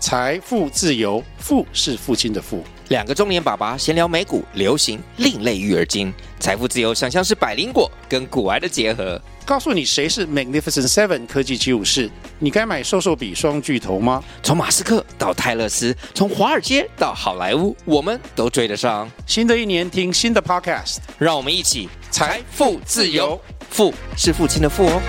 财富自由，富是父亲的富。 两个中年爸爸闲聊美股、流行、另类育儿经，财富自由想象是百灵果跟股癌的结合。 告诉你谁是 Magnificent Seven 科技75士，你该买瘦瘦比双巨头吗？ 从马斯克到泰勒斯，从华尔街到好莱坞，我们都追得上。 新的一年听新的 Podcast， 让我们一起财富自由， 富是父亲的富哦。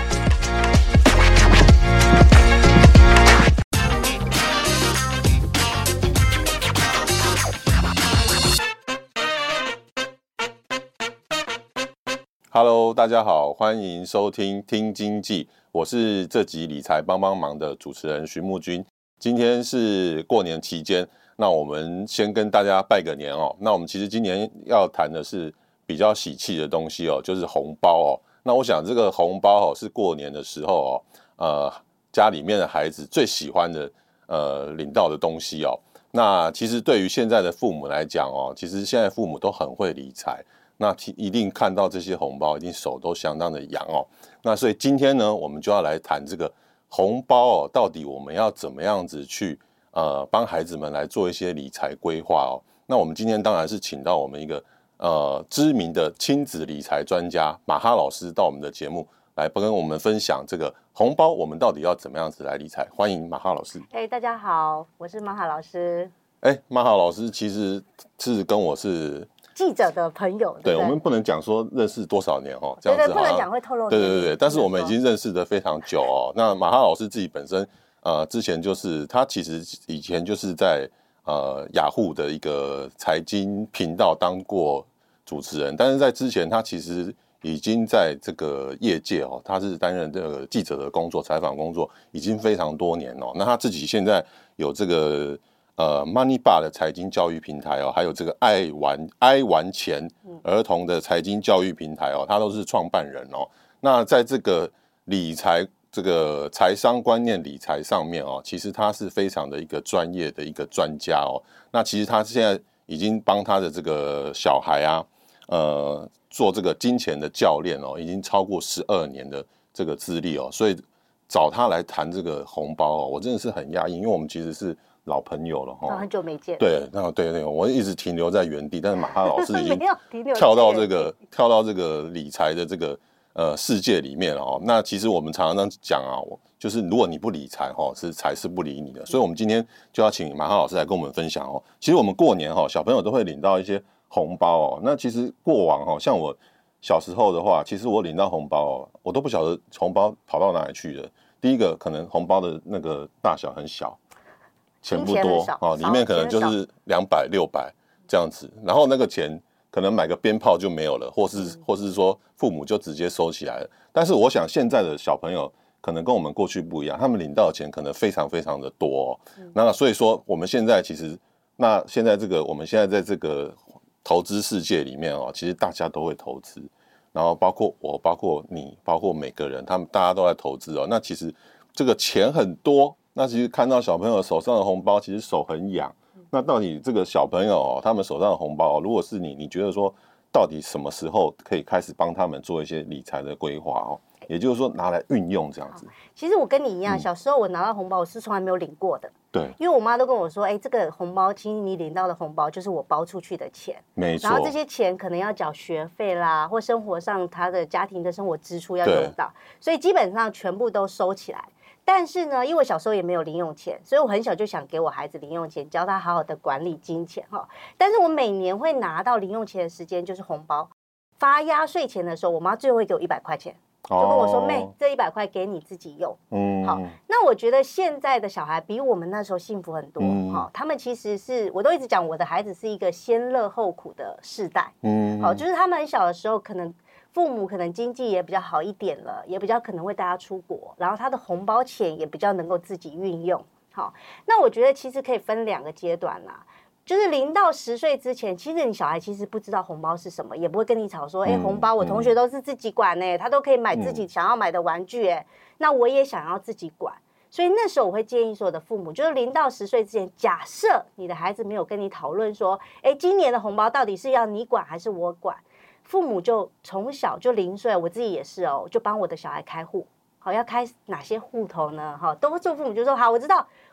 Hello， 大家好，欢迎收听听经济，我是这集理财帮帮忙的主持人徐木君。今天是过年期间，那我们先跟大家拜个年哦。那我们其实今年要谈的是比较喜气的东西哦，就是红包哦。那我想这个红包哦，是过年的时候哦，家里面的孩子最喜欢的领到的东西哦。那其实对于现在的父母来讲哦，其实现在父母都很会理财。那一定看到这些红包，一定手都相当的痒哦。那所以今天呢，我们就要来谈这个红包哦，到底我们要怎么样子去帮孩子们来做一些理财规划哦。那我们今天当然是请到我们一个知名的亲子理财专家马哈老师到我们的节目来跟我们分享这个红包，我们到底要怎么样子来理财。欢迎马哈老师。 大家好，我是马哈老师。 马哈老师其实是跟我是记者的朋友， 对，我们不能讲说认识多少年哦，这样子对，不能讲会透露年龄。 对，但是我们已经认识的非常久哦。那马哈老师自己本身之前就是他其实以前就是在雅虎的一个财经频道当过主持人，但是在之前他其实已经在这个业界哦，他是担任这个记者的工作、采访工作已经非常多年哦。那他自己现在有这个Money Bar 的财经教育平台哦，还有这个爱玩钱儿童的财经教育平台哦，他都是创办人哦。那在这个理财这个财商观念理财上面哦，其实他是非常的一个专业的一个专家哦。那其实他现在已经帮他的这个小孩做这个金钱的教练哦，已经超过12年的这个资历哦，所以找他来谈这个红包哦，我真的是很讶异，因为我们其实是老朋友了哈， 很久没见。 对，我一直停留在原地，但是马哈老师已经跳到这个理财的这个世界里面哦。那其实我们常常讲啊，就是如果你不理财哈，是财是不理你的。所以我们今天就要请马哈老师来跟我们分享哦。其实我们过年哈，小朋友都会领到一些红包哦。那其实过往哈，像我小时候的话，其实我领到红包哦，我都不晓得红包跑到哪里去了。第一个可能红包的那个大小很小。钱不多哦，里面可能就是200、600这样子，然后那个钱可能买个鞭炮就没有了，或是说父母就直接收起来了。但是我想现在的小朋友可能跟我们过去不一样，他们领到的钱可能非常非常的多哦。那所以说我们现在其实，那现在我们现在在这个投资世界里面哦，其实大家都会投资，然后包括我、包括你、包括每个人，大家都在投资哦。那其实这个钱很多。那其实看到小朋友手上的红包，其实手很痒。那到底这个小朋友他们手上的红包，如果是你觉得说，到底什么时候可以开始帮他们做一些理财的规划哦？也就是说拿来运用这样子。 其实我跟你一样，小时候我拿到红包，我是从来没有领过的。 对， 因为我妈都跟我说，这个红包，其实你领到的红包就是我包出去的钱， 没错。 然后这些钱可能要缴学费啦，或生活上他的家庭的生活支出要用到，所以基本上全部都收起来。但是呢，因为我小时候也没有零用钱，所以我很小就想给我孩子零用钱，教他好好的管理金钱哈。但是我每年会拿到零用钱的时间就是红包发压岁钱的时候，我妈最后会给我100块钱，就跟我说：“妹，这100块给你自己用。”好，那我觉得现在的小孩比我们那时候幸福很多。他们其实是我都一直讲，我的孩子是一个先乐后苦的世代。好，就是他们很小的时候可能。父母可能经济也比较好一点了，也比较可能会带他出国，然后他的红包钱也比较能够自己运用。好，那我觉得其实可以分2个阶段啦，就是0到10岁之前，其实你小孩其实不知道红包是什么，也不会跟你吵说，红包我同学都是自己管他都可以买自己想要买的玩具那我也想要自己管。所以那时候我会建议所有的父母，就是0到10岁之前，假设你的孩子没有跟你讨论说，今年的红包到底是要你管还是我管。父母就从小就0岁，我自己也是就帮我的小孩开户。好，要开哪些户头呢？都做父母就说好，我知道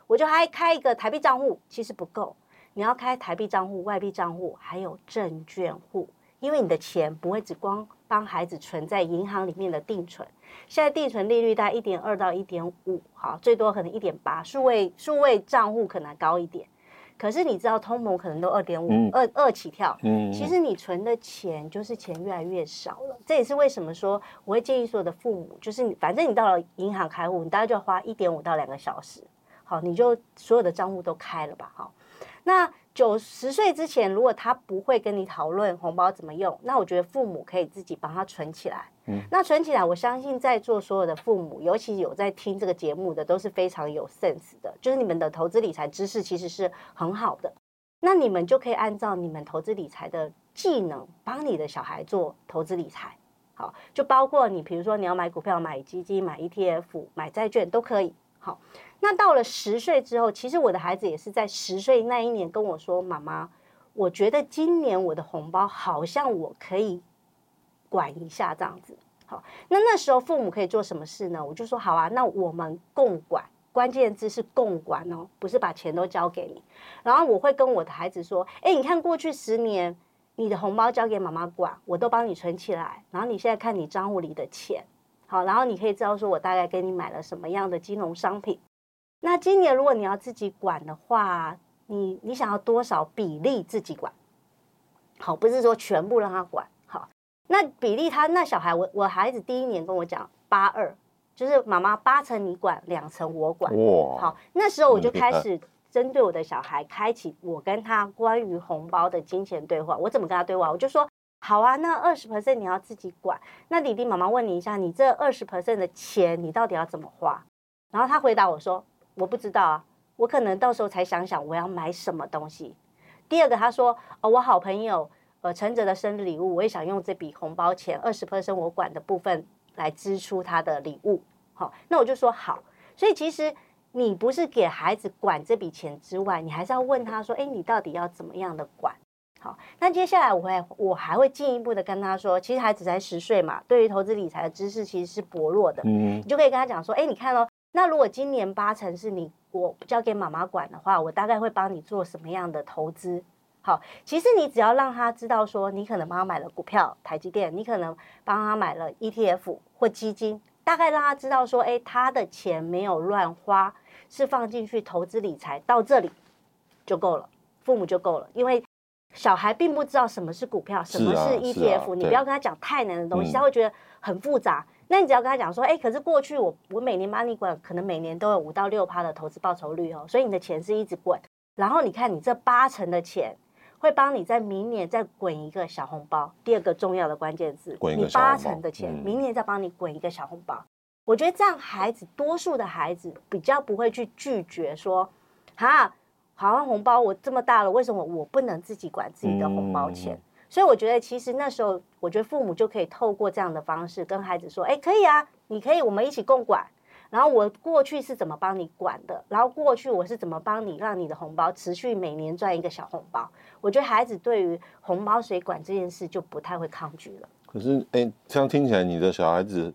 我就还开一个台币账户，其实不够，你要开台币账户、外币账户，还有证券户，因为你的钱不会只光帮孩子存在银行里面的定存，现在定存利率大概1.2到1.5，好，最多可能1.8，数位账户可能高一点。可是你知道通膨可能都2.5、2起跳，其实你存的钱就是钱越来越少了。这也是为什么说我会建议所有的父母，就是反正你到了银行开户，你大概就要花1.5到2个小时，好，你就所有的账户都开了吧，好。那90岁之前，如果他不会跟你讨论红包怎么用，那我觉得父母可以自己帮他存起来。那存起来，我相信在座所有的父母，尤其有在听这个节目的，都是非常有 sense 的，就是你们的投资理财知识其实是很好的。那你们就可以按照你们投资理财的技能，帮你的小孩做投资理财。好，就包括你，比如说你要买股票、买基金、买 ETF、买债券都可以。好，那到了10岁之后，其实我的孩子也是在10岁那一年跟我说：“妈妈，我觉得今年我的红包好像我可以管一下这样子。”好，那时候父母可以做什么事呢？我就说好啊，那我们共管，关键字是共管哦，不是把钱都交给你。然后我会跟我的孩子说：“哎，你看过去10年，你的红包交给妈妈管，我都帮你存起来，然后你现在看你账户里的钱。”好，然后你可以知道说我大概给你买了什么样的金融商品。那今年如果你要自己管的话，你想要多少比例自己管？好，不是说全部让他管。好，那比例那小孩我孩子第1年跟我讲82，就是妈妈8成你管，2成我管。哇！好，那时候我就开始针对我的小孩开启我跟他关于红包的金钱对话。我怎么跟他对话？我就说。好啊，那20% 你要自己管。那弟弟妈妈问你一下，你这20% 的钱你到底要怎么花？然后他回答我说：“我不知道啊，我可能到时候才想想我要买什么东西。”第二个他说：“我好朋友陈哲的生日礼物，我也想用这笔红包钱20% 我管的部分来支出他的礼物。”好，那我就说好。所以其实你不是给孩子管这笔钱之外，你还是要问他说：“哎，你到底要怎么样的管？”好，那接下来我还会进一步的跟他说，其实孩子才10岁嘛，对于投资理财的知识其实是薄弱的，你就可以跟他讲说，哎，你看哦，那如果今年8成是我交给妈妈管的话，我大概会帮你做什么样的投资？好，其实你只要让他知道说，你可能帮他买了股票，台积电，你可能帮他买了 ETF 或基金，大概让他知道说，哎，他的钱没有乱花，是放进去投资理财，到这里就够了，父母就够了，因为小孩并不知道什么是股票，什么是 ETF，你不要跟他讲太难的东西，他会觉得很复杂。那你只要跟他讲说，哎，可是过去我每年帮你管，可能每年都有5到6%的投资报酬率哦，所以你的钱是一直滚。然后你看你这8成的钱会帮你在明年再滚一个小红包。第二个重要的关键字，你8成的钱，明年再帮你滚一个小红包。我觉得这样多数的孩子比较不会去拒绝说，哈。好像红包我这么大了，为什么我不能自己管自己的红包钱？所以我觉得其实那时候，我觉得父母就可以透过这样的方式跟孩子说，哎，可以啊，你可以，我们一起共管。然后我过去是怎么帮你管的，然后过去我是怎么帮你让你的红包持续每年赚一个小红包。我觉得孩子对于红包谁管这件事就不太会抗拒了。 可是，这样听起来你的小孩子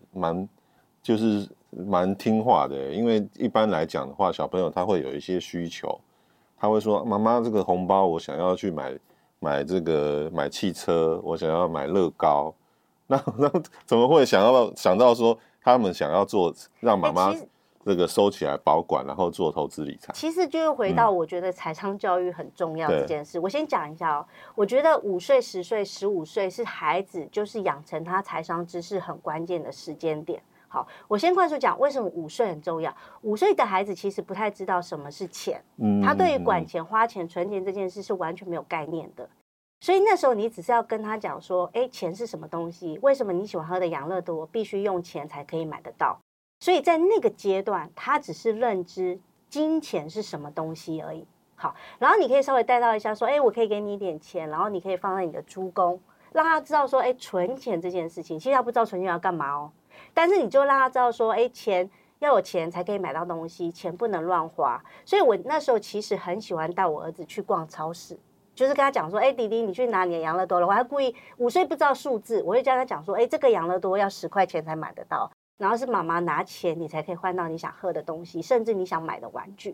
蛮听话的，因为一般来讲的话，小朋友他会有一些需求。他会说：“妈妈，这个红包我想要去买汽车，我想要买乐高。那怎么会想到说他们想要让妈妈这个收起来保管，然后做投资理财？” 其实就是回到我觉得财商教育很重要这件事。我先讲一下哦，我觉得5岁、10岁、15岁是孩子就是养成他财商知识很关键的时间点。好，我先快速讲为什么5岁很重要。5岁的孩子其实不太知道什么是钱，他对于管钱、花钱、存钱这件事是完全没有概念的。所以那时候你只是要跟他讲说，哎，钱是什么东西？为什么你喜欢喝的养乐多必须用钱才可以买得到？所以在那个阶段，他只是认知金钱是什么东西而已。好，然后你可以稍微带到一下说，哎，我可以给你一点钱，然后你可以放在你的猪公，让他知道说，哎，存钱这件事情，其实他不知道存钱要干嘛哦。但是你就让他知道说，哎，钱要有钱才可以买到东西，钱不能乱花。所以我那时候其实很喜欢带我儿子去逛超市，就是跟他讲说，哎，弟弟，你去拿你的养乐多了。我还故意5岁不知道数字，我会跟他讲说，哎，这个养乐多要10块钱才买得到，然后是妈妈拿钱你才可以换到你想喝的东西，甚至你想买的玩具。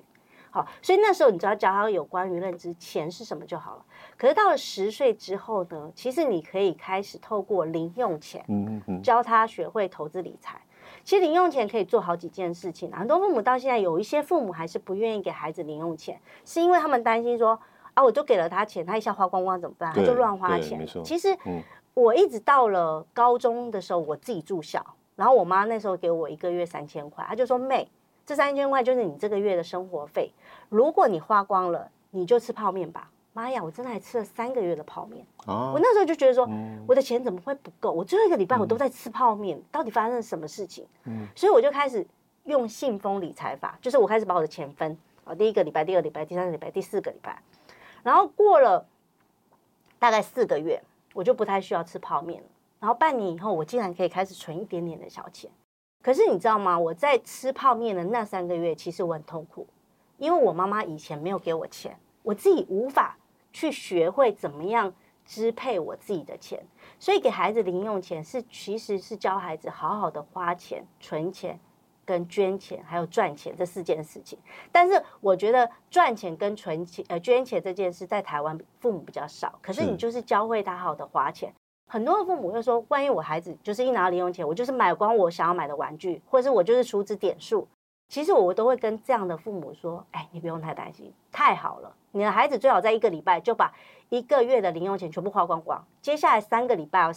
好，所以那时候你只要教他有关于认知钱是什么就好了。可是到了10岁之后呢，其实你可以开始透过零用钱，教他学会投资理财。其实零用钱可以做好几件事情，很多父母到现在有一些父母还是不愿意给孩子零用钱，是因为他们担心说啊，我都给了他钱，他一下花光光怎么办？他就乱花钱。其实我一直到了高中的时候，我自己住校，然后我妈那时候给我1个月3000块，她就说妹，这3000块就是你这个月的生活费，如果你花光了，你就吃泡面吧。妈呀，我真的还吃了3个月的泡面。我那时候就觉得说，我的钱怎么会不够？我最后1个礼拜我都在吃泡面，到底发生了什么事情？所以我就开始用信封理财法，就是我开始把我的钱分，第1个礼拜、第2个礼拜、第3个礼拜、第4个礼拜，然后过了大概4个月，我就不太需要吃泡面了。然后半年以后，我竟然可以开始存一点点的小钱。可是你知道吗？我在吃泡面的那3个月，其实我很痛苦，因为我妈妈以前没有给我钱，我自己无法去学会怎么样支配我自己的钱，所以给孩子零用钱其实是教孩子好好的花钱、存钱、跟捐钱，还有赚钱这4件事情。但是我觉得赚钱跟存钱、捐钱这件事在台湾父母比较少，可是你就是教会他好好的花钱。很多的父母会说，万一我孩子就是一拿到零用钱，我就是买光我想要买的玩具，或者是我就是储值点数。其实我都会跟这样的父母说，你不用太担心，太好了，你的孩子最好在1个礼拜就把1个月的零用钱全部花光光，接下来3个礼拜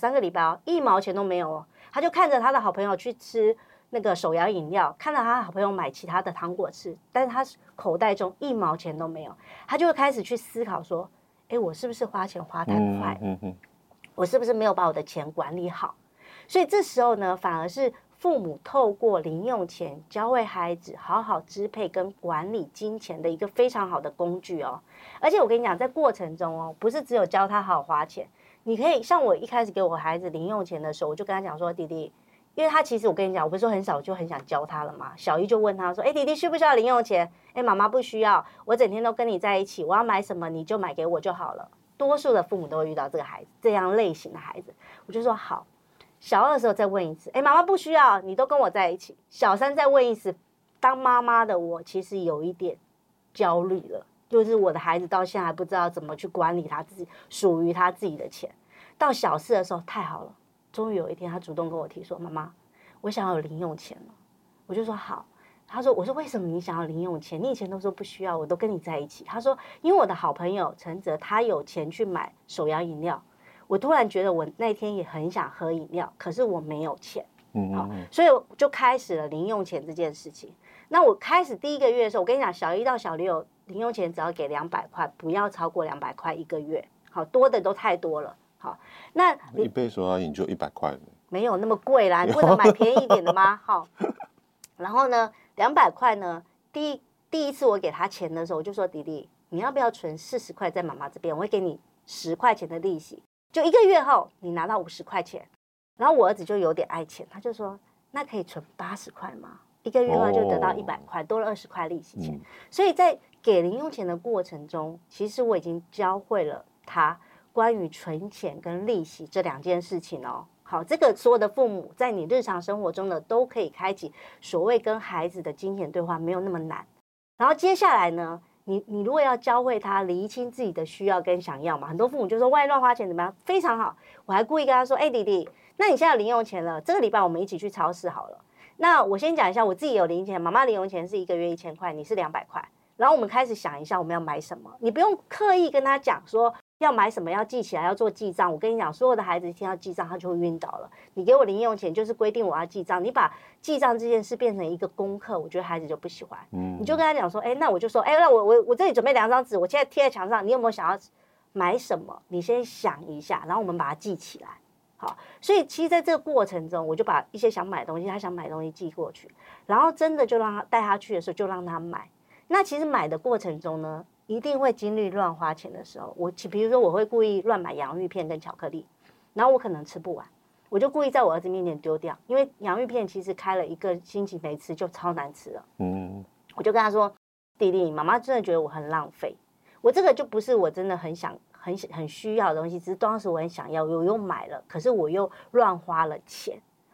1毛钱都没有哦，他就看着他的好朋友去吃那个手摇饮料，看着他的好朋友买其他的糖果吃，但是他口袋中1毛钱都没有，他就会开始去思考说，我是不是花钱花太快？我是不是没有把我的钱管理好？所以这时候呢，反而是父母透过零用钱教会孩子好好支配跟管理金钱的一个非常好的工具哦。而且我跟你讲，在过程中哦，不是只有教他好好花钱，你可以像我一开始给我孩子零用钱的时候，我就跟他讲说，弟弟，因为他其实我跟你讲，我不是说很少就很想教他了嘛。小1就问他说，弟弟需不需要零用钱？妈妈不需要，我整天都跟你在一起，我要买什么你就买给我就好了。多数的父母都会遇到这个孩子这样类型的孩子，我就说好。小2的时候再问一次，妈妈不需要，你都跟我在一起。小3再问一次，当妈妈的我其实有一点焦虑了，就是我的孩子到现在还不知道怎么去管理他自己属于他自己的钱。到小4的时候，太好了，终于有一天他主动跟我提说，妈妈，我想要有零用钱了。我就说好。他说，我说为什么你想要零用钱？你以前都说不需要，我都跟你在一起。他说，因为我的好朋友陈哲他有钱去买手摇饮料，我突然觉得我那天也很想喝饮料，可是我没有钱，所以我就开始了零用钱这件事情。那我开始第1个月的时候，我跟你讲，小1到小6零用钱只要给200块，不要超过200块1个月，好多的都太多了。好，那一杯手摇饮就100块， 没有那么贵啦，你不能买便宜一点的吗？好，然后呢，200块呢，第一次我给他钱的时候，我就说，弟弟，你要不要存40块在妈妈这边？我会给你10块钱的利息。就1个月后，你拿到50块钱。然后我儿子就有点爱钱，他就说，那可以存80块吗？1个月后就得到100块，多了20块利息钱。所以在给零用钱的过程中，其实我已经教会了他关于存钱跟利息这2件事情哦。好，这个所有的父母在你日常生活中呢，都可以开启所谓跟孩子的金钱对话，没有那么难。然后接下来呢，你如果要教会他厘清自己的需要跟想要嘛，很多父母就说万一乱花钱怎么样？非常好，我还故意跟他说，弟弟，那你现在有零用钱了，这个礼拜我们一起去超市好了。那我先讲一下，我自己有零用钱，妈妈零用钱是1个月1000块，你是200块。然后我们开始想一下我们要买什么，你不用刻意跟他讲说要买什么，要记起来，要做记账。我跟你讲，所有的孩子一听到记账，他就会晕倒了。你给我零用钱就是规定我要记账，你把记账这件事变成一个功课，我觉得孩子就不喜欢。你就跟他讲说，那我就说，那我这里准备2张纸，我现在贴在墙上，你有没有想要买什么？你先想一下，然后我们把它记起来。好，所以其实在这个过程中，我就把一些想买的东西，他想买的东西寄过去，然后真的就让他带他去的时候，就让他买。那其实买的过程中呢，一定会经历乱花钱的时候。比如说我会故意乱买洋芋片跟巧克力，然后我可能吃不完，我就故意在我儿子面前丢掉，因为洋芋片其实开了1个星期没吃就超难吃了。我就跟他说，弟弟，妈妈真的觉得我很浪费，我这个就不是我真的很需要的东西，只是当时我很想要，我又买了，可是我又乱花了钱。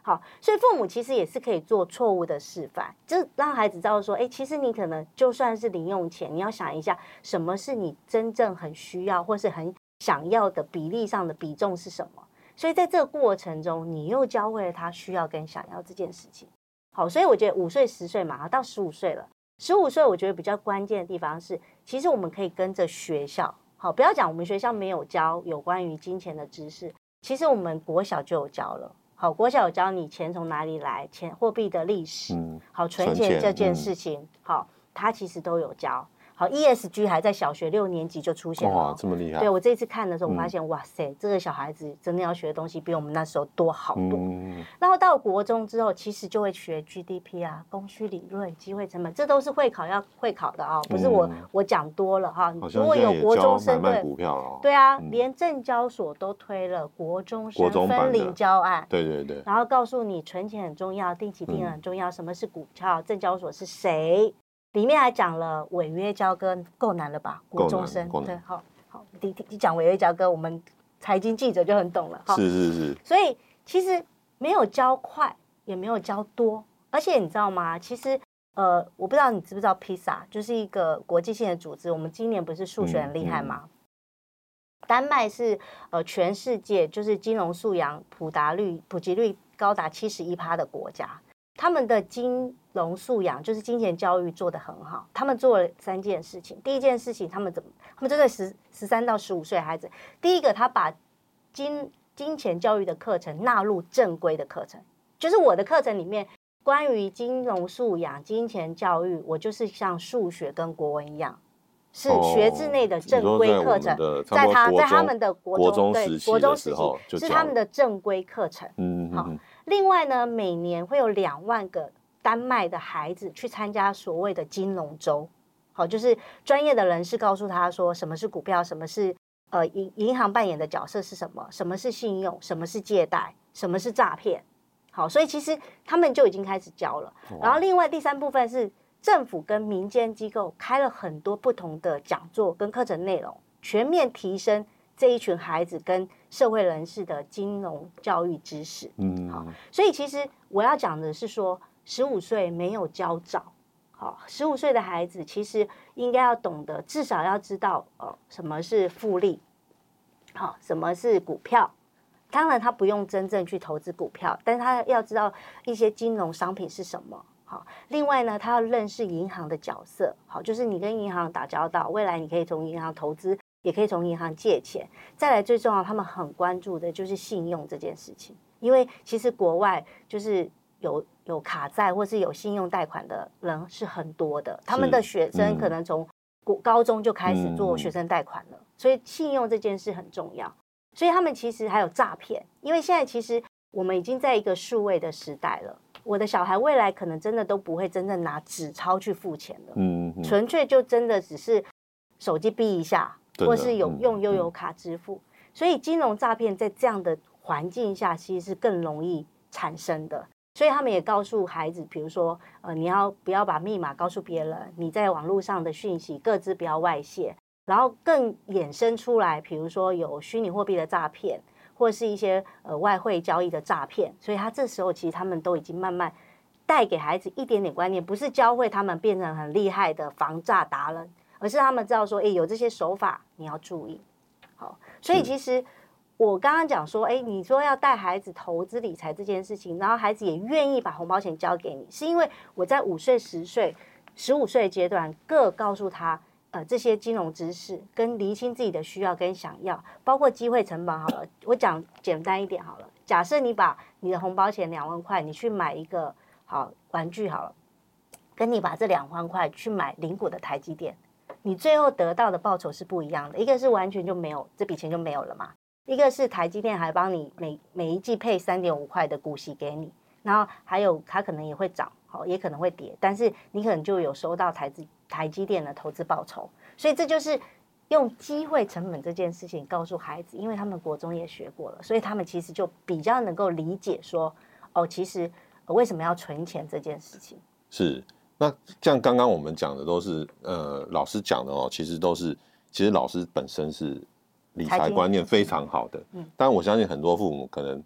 好，所以父母其实也是可以做错误的示范，就让孩子知道说，其实你可能就算是零用钱，你要想一下什么是你真正很需要或是很想要的比例上的比重是什么。所以在这个过程中，你又教会了他需要跟想要这件事情。好，所以我觉得5岁10岁嘛，到15岁了，15岁我觉得比较关键的地方是，其实我们可以跟着学校，好，不要讲我们学校没有教有关于金钱的知识，其实我们国小就有教了。好，国小有教你钱从哪里来，钱货币的历史，好，存钱这件事情，好，它其实都有教。好 ，ESG 还在小学6年级就出现了， 哇，这么厉害！ 对，我这次看的时候，我发现，哇塞，这个小孩子真的要学的东西比我们那时候多好多。然后到国中之后，其实就会学 GDP 啊、供需理论、机会成本，这都是会考的啊，不是我讲多了哈。如果有国中生买卖股票了， 对啊，连证交所都推了国中生分龄教案， 对对对， 然后告诉你存钱很重要，定期定额很重要，什么是股票，证交所是谁。里面还讲了违约交割，够难了吧？国中生对，好，你讲违约交割，我们财经记者就很懂了。 是。 所以其实没有教快，也没有教多，而且你知道吗？其实我不知道你知不知道 PISA 就是一个国际性的组织，我们今年不是数学很厉害吗？丹麦是全世界就是金融素养普及率高达71%的国家。他们的金融素养就是金钱教育做得很好，他们做了3件事情。第一件事情，他们针对13到15岁的孩子，第一个，他把金钱教育的课程纳入正规的课程，就是我的课程里面关于金融素养、金钱教育，我就是像数学跟国文一样，是学制内的正规课程，在他们的国中时期是他们的正规课程。好。另外呢，每年会有2万个丹麦的孩子去参加所谓的金融周，好，就是专业的人士告诉他说什么是股票，什么是银行扮演的角色是什么，什么是信用，什么是借贷，什么是诈骗。好，所以其实他们就已经开始教了。然后另外第3部分是政府跟民间机构开了很多不同的讲座跟课程内容，全面提升这一群孩子跟社会人士的金融教育知识。好，所以其实我要讲的是说，15岁没有教早。好，15岁的孩子其实应该要懂得，至少要知道什么是复利，好，什么是股票。当然他不用真正去投资股票，但是他要知道一些金融商品是什么。好，另外呢，他要认识银行的角色。好，就是你跟银行打交道，未来你可以从银行投资，也可以从银行借钱。再来最重要，他们很关注的就是信用这件事情，因为其实国外就是有卡债或是有信用贷款的人是很多的，他们的学生可能从高中就开始做学生贷款了，所以信用这件事很重要。所以他们其实还有诈骗，因为现在其实我们已经在一个数位的时代了。我的小孩未来可能真的都不会真正拿纸钞去付钱了，纯粹就真的只是手机逼一下，或是用悠游卡支付。所以金融诈骗在这样的环境下，其实是更容易产生的。所以他们也告诉孩子，比如说，你不要把密码告诉别人，你在网络上的讯息各自不要外泄。然后更衍生出来，比如说有虚拟货币的诈骗，或是一些外汇交易的诈骗，所以他这时候其实他们都已经慢慢带给孩子一点点观念，不是教会他们变成很厉害的防诈达人，而是他们知道说，有这些手法你要注意。好，所以其实我刚刚讲说，你说要带孩子投资理财这件事情，然后孩子也愿意把红包钱交给你，是因为我在5岁、10岁、15岁的阶段各告诉他。这些金融知识跟厘清自己的需要跟想要，包括机会成本好了，我讲简单一点好了。假设你把你的红包钱2万块，你去买一个好玩具好了，跟你把这2万块去买0股的台积电，你最后得到的报酬是不一样的。一个是完全就没有，这笔钱就没有了嘛；一个是台积电还帮你每一季配3.5块的股息给你，然后还有它可能也会涨，好也可能会跌，但是你可能就有收到台积电的投资报酬。所以这就是用机会成本这件事情告诉孩子，因为他们国中也学过了，所以他们其实就比较能够理解说，其实为什么要存钱这件事情。是， 那像刚刚我们讲的都是老师讲的其实老师本身是理财观念非常好的，但我相信很多父母可能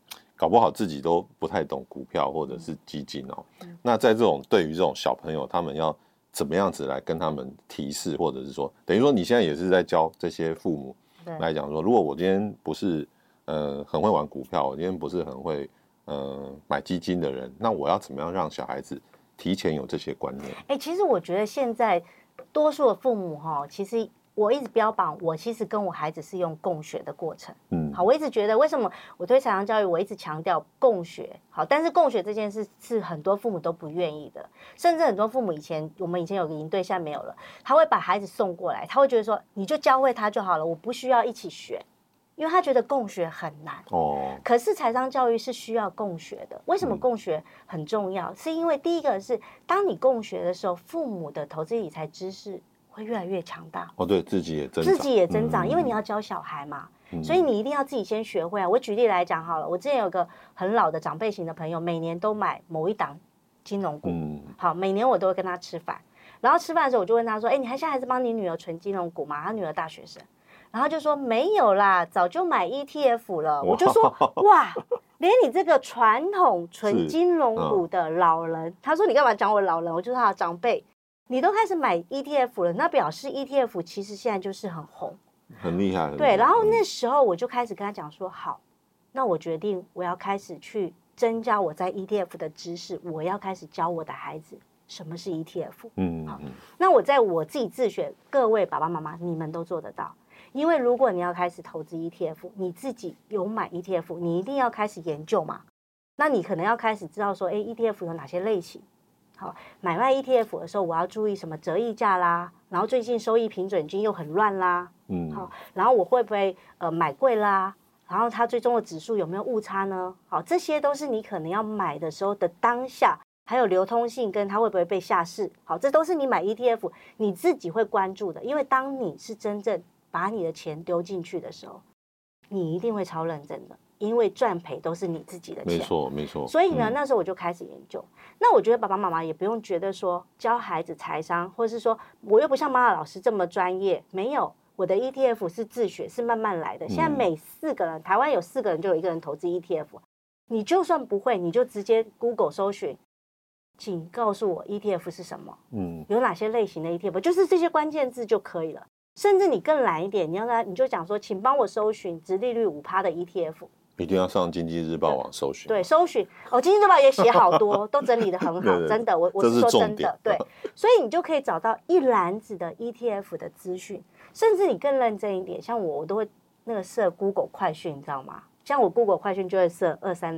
搞不好自己都不太懂股票或者是基金哦。那在对于这种小朋友，他们要怎么样子来跟他们提示，或者是说，等于说你现在也是在教这些父母来讲说，如果我今天不是很会玩股票，我今天不是很会买基金的人，那我要怎么样让小孩子提前有这些观念？ 其实我觉得现在多数的父母其实我一直标榜，我其实跟我孩子是用共学的过程。好，我一直觉得为什么我推财商教育，我一直强调共学。好，但是共学这件事是很多父母都不愿意的，甚至很多父母我们以前有个营队，现在没有了，他会把孩子送过来，他会觉得说，你就教会他就好了，我不需要一起学。因为他觉得共学很难可是财商教育是需要共学的。为什么共学很重要？是因为第一个是，当你共学的时候，父母的投资理财知识会越来越强大。 对，自己也增长， 因为你要教小孩嘛，所以你一定要自己先学会啊。我举例来讲好了，我之前有个很老的长辈型的朋友，每年都买某一档金融股，好，每年我都会跟他吃饭，然后吃饭的时候我就问他说，你现在还是帮你女儿存金融股吗？他女儿大学生。然后就说没有啦，早就买 ETF 了。我就说哇，连你这个传统纯金融股的老人，他说你干嘛讲我老人？我就是他的长辈，你都开始买 ETF 了，那表示 ETF 其实现在就是很红， 很厉害。 对，然后那时候我就开始跟他讲说，好，那我决定我要开始去增加我在 ETF 的知识，我要开始教我的孩子什么是 ETF。好，那我在我自己自学，各位爸爸妈妈你们都做得到。因为如果你要开始投资 ETF， 你自己有买 ETF， 你一定要开始研究嘛。那你可能要开始知道说ETF 有哪些类型。好，买卖 ETF 的时候我要注意什么折溢价啦，然后最近收益平准金又很乱啦。好，然后我会不会买贵啦，然后它最终的指数有没有误差呢？好，这些都是你可能要买的时候的当下，还有流通性跟它会不会被下市。好，这都是你买 ETF 你自己会关注的。因为当你是真正把你的钱丢进去的时候，你一定会超认真的，因为赚赔都是你自己的钱。 没错。 所以呢，那时候我就开始研究。那我觉得爸爸妈妈也不用觉得说教孩子财商，或是说我又不像妈妈老师这么专业，没有，我的 ETF 是自学，是慢慢来的。现在每4个人，台湾有4个人就有1个人投资 ETF。你就算不会，你就直接 Google 搜寻，请告诉我 ETF 是什么，有哪些类型的 ETF， 就是这些关键字就可以了。甚至你更懒一点，你就讲说，请帮我搜寻殖利率5%的 ETF， 一定要上经济日报网搜寻。 对，搜寻经济日报也写好多，都整理得很好，真的，我是说真的，对，所以你就可以找到一篮子的 ETF 的资讯。甚至你更认真一点，像我都会那个设 Google 快讯，你知道吗？像我 Google 快讯就会设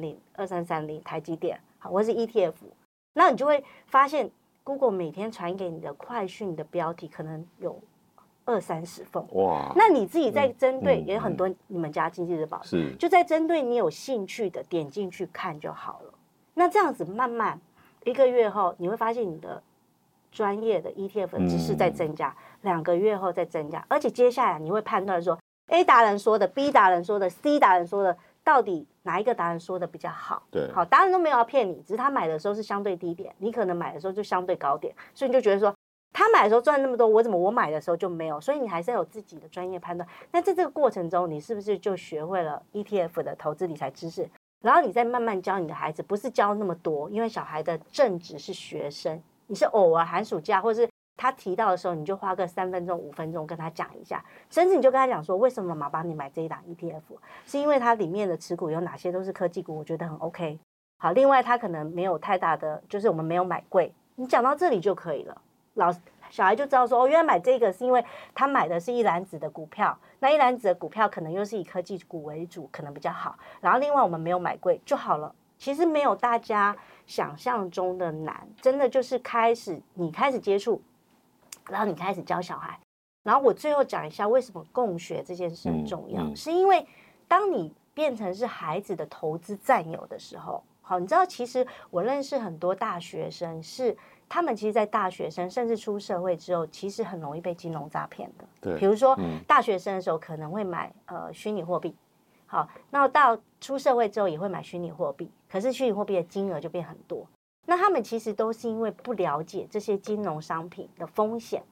2330台积电，好，或是 ETF， 那你就会发现 Google 每天传给你的快讯的标题可能有20-30封。哇！那你自己在针对，也有很多你们家经济日报是就在针对你有兴趣的点进去看就好了。那这样子慢慢1个月后，你会发现你的专业的 ETF 的知识在增加，2个月后再增加，而且接下来你会判断说 A 达人说的、B 达人说的、C 达人说的，到底哪一个达人说的比较好？对，好，达人都没有要骗你，只是他买的时候是相对低点，你可能买的时候就相对高点，所以你就觉得说他买的时候赚那么多，我买的时候就没有，所以你还是要有自己的专业判断。那在这个过程中，你是不是就学会了 ETF 的投资理财知识？然后你再慢慢教你的孩子，不是教那么多，因为小孩的正职是学生，你是偶尔寒暑假或是他提到的时候，你就花个3分钟、5分钟跟他讲一下，甚至你就跟他讲说，为什么妈妈帮你买这一档 ETF， 是因为它里面的持股有哪些都是科技股，我觉得很 OK。好，另外他可能没有太大的，就是我们没有买贵，你讲到这里就可以了。小孩就知道说，原来买这个是因为他买的是一篮子的股票，那一篮子的股票可能又是以科技股为主，可能比较好。然后另外我们没有买贵就好了。其实没有大家想象中的难，真的就是你开始接触，然后你开始教小孩。然后我最后讲一下为什么共学这件事很重要，是因为当你变成是孩子的投资战友的时候，好，你知道其实我认识很多大学生是。他们其实，在大学生甚至出社会之后，其实很容易被金融诈骗的。对，比如说大学生的时候可能会买虚拟货币，好，那到出社会之后也会买虚拟货币，可是虚拟货币的金额就变很多。那他们其实都是因为不了解这些金融商品的风险，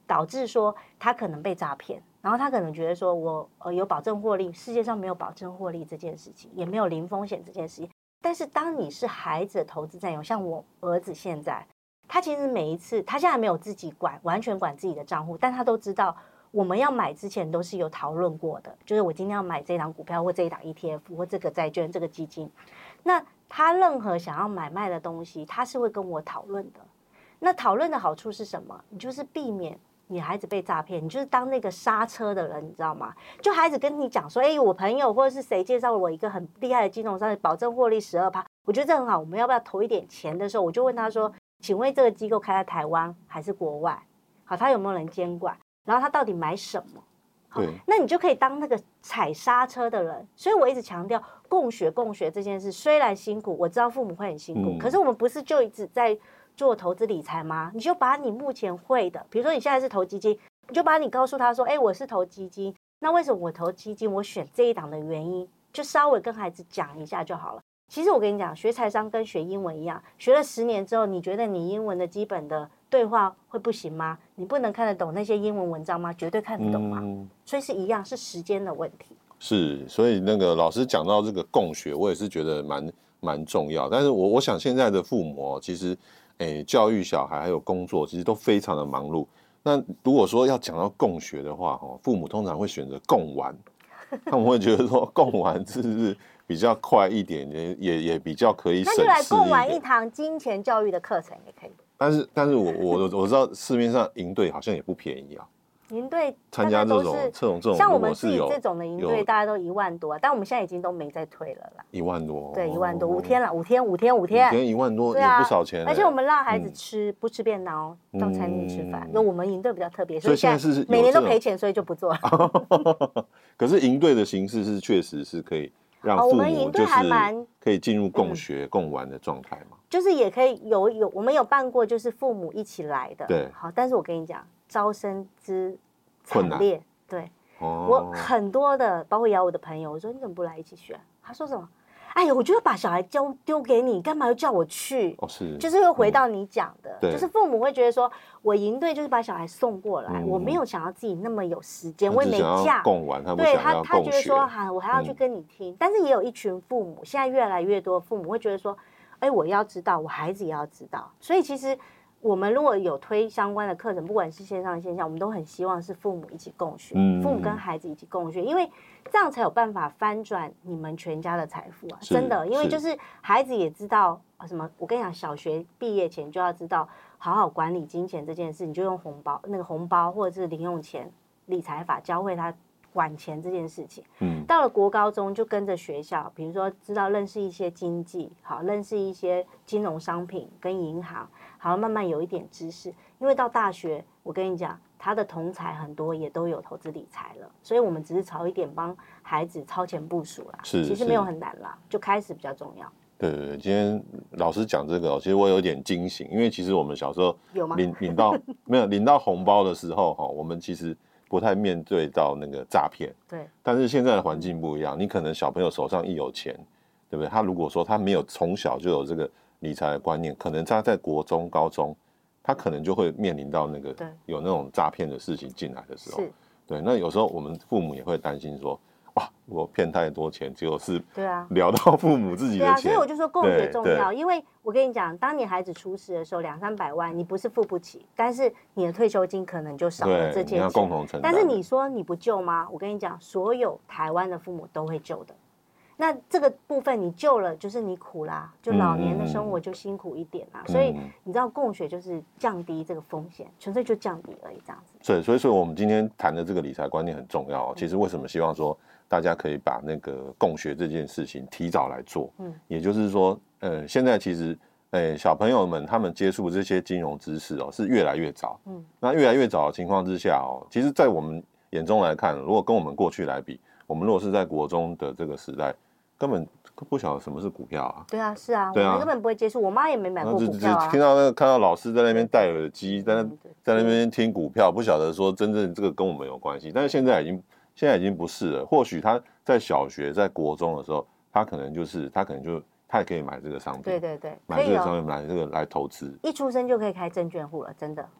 导致说他可能被诈骗，然后他可能觉得说我有保证获利，世界上没有保证获利这件事情，也没有零风险这件事情。但是当你是孩子的投资战友，像我儿子现在，他其实每一次他现在还没有自己完全管自己的账户，但他都知道我们要买之前都是有讨论过的，就是我今天要买这档股票或这一档 ETF 或这个债券这个基金，那他任何想要买卖的东西，他是会跟我讨论的。那讨论的好处是什么？你就是避免你孩子被诈骗，你就是当那个刹车的人，你知道吗？就孩子跟你讲说，我朋友或者是谁介绍了我一个很厉害的金融商品，保证获利12%，我觉得这很好，我们要不要投一点钱的时候，我就问他说，请问这个机构开在台湾还是国外？好，他有没有人监管？然后他到底买什么？好，那你就可以当那个踩刹车的人。所以我一直强调共学这件事，虽然辛苦，我知道父母会很辛苦，可是我们不是就一直在做投资理财吗？你就把你目前会的，比如说你现在是投基金，你就把你告诉他说，我是投基金，那为什么我投基金，我选这一档的原因，就稍微跟孩子讲一下就好了。其实我跟你讲，学财商跟学英文一样，学了10年之后，你觉得你英文的基本的对话会不行吗？你不能看得懂那些英文文章吗？绝对看得懂啊。所以是一样，是时间的问题。 是，所以那个老师讲到这个共学，我也是觉得蛮重要。但是我想现在的父母其实教育小孩还有工作，其实都非常的忙碌。那如果说要讲到共学的话，父母通常会选择共玩，他们会觉得说共玩是不是比较快一点，也比较可以省事一点。 那就来共玩一堂金钱教育的课程也可以。 但是我知道市面上营队好像也不便宜啊。 营队参加这种， 像我们自己这种的营队，大家都1万多，但我们现在已经都没再推了啦。 1万多， 对，1万多，5天了，5天 1万多，也不少钱。 而且我们让孩子不吃便当，到餐厅吃饭。那我们营队比较特别，所以现在是每年都赔钱，所以就不做了。 可是营队的形式是确实是可以让父母就是可以进入共学共玩的状态嘛。 就是也可以有我们有办过，就是父母一起来的。 对， 好，但是我跟你讲，招生之惨烈，对，我很多的，包括我的朋友，我说你怎么不来一起学？他说什么？哎呀，我就要把小孩丢给你，干嘛又叫我去？就是又回到你讲的，就是父母会觉得说，我营队就是把小孩送过来，我没有想要自己那么有时间，我也没假共玩， 对他觉得说我还要去跟你听，但是也有一群父母，现在越来越多父母会觉得说，我要知道，我孩子也要知道，所以其实我们如果有推相关的课程，不管是线上线下，我们都很希望是父母一起共学，父母跟孩子一起共学，因为这样才有办法翻转你们全家的财富啊！真的，因为就是孩子也知道什么，我跟你讲，小学毕业前就要知道好好管理金钱这件事，你就用红包或者是零用钱理财法教会他管钱这件事情。到了国高中就跟着学校，比如说知道认识一些经济，好认识一些金融商品跟银行，好慢慢有一点知识。因为到大学，我跟你讲，他的同侪很多也都有投资理财了，所以我们只是早一点帮孩子超前部署啦。其实没有很难啦，就开始比较重要。 对，今天老师讲这个，其实我有点惊醒，因为其实我们小时候有吗？ 领到红包的时候，我们其实不太面对到那个诈骗。 对。 但是现在的环境不一样，你可能小朋友手上一有钱，对不对？他如果说他没有从小就有这个理财的观念，可能他在国中、高中，他可能就会面临到那个有那种诈骗的事情进来的时候。对。那有时候我们父母也会担心说，哇，我骗太多钱，结果是聊到父母自己的钱。 所以我就说共学重要，因为我跟你讲，当你孩子出事的时候，200-300万你不是付不起，但是你的退休金可能就少了这件事。 你要共同承担。 但是你说你不救吗？我跟你讲，所有台湾的父母都会救的。那这个部分你救了，就是你苦啦，就老年的生活就辛苦一点啦。所以你知道共学就是降低这个风险，纯粹就降低而已这样子。 对，所以我们今天谈的这个理财观念很重要。其实为什么希望说大家可以把那个共学这件事情提早来做？也就是说，现在其实小朋友们他们接触这些金融知识是越来越早。那越来越早的情况之下其实在我们眼中来看，如果跟我们过去来比，我们如果是在国中的这个时代，根本不晓得什么是股票啊。 对啊，是啊，我们根本不会接触，我妈也没买过股票啊。 听到看到老师在那边戴耳机，在那边听股票，不晓得说真正这个跟我们有关系。但是现在已经不是了。或许他在小学、在国中的时候，他也可以买这个商品。 对， 买这个商品，买这个来投资。 一出生就可以开证券户了，真的。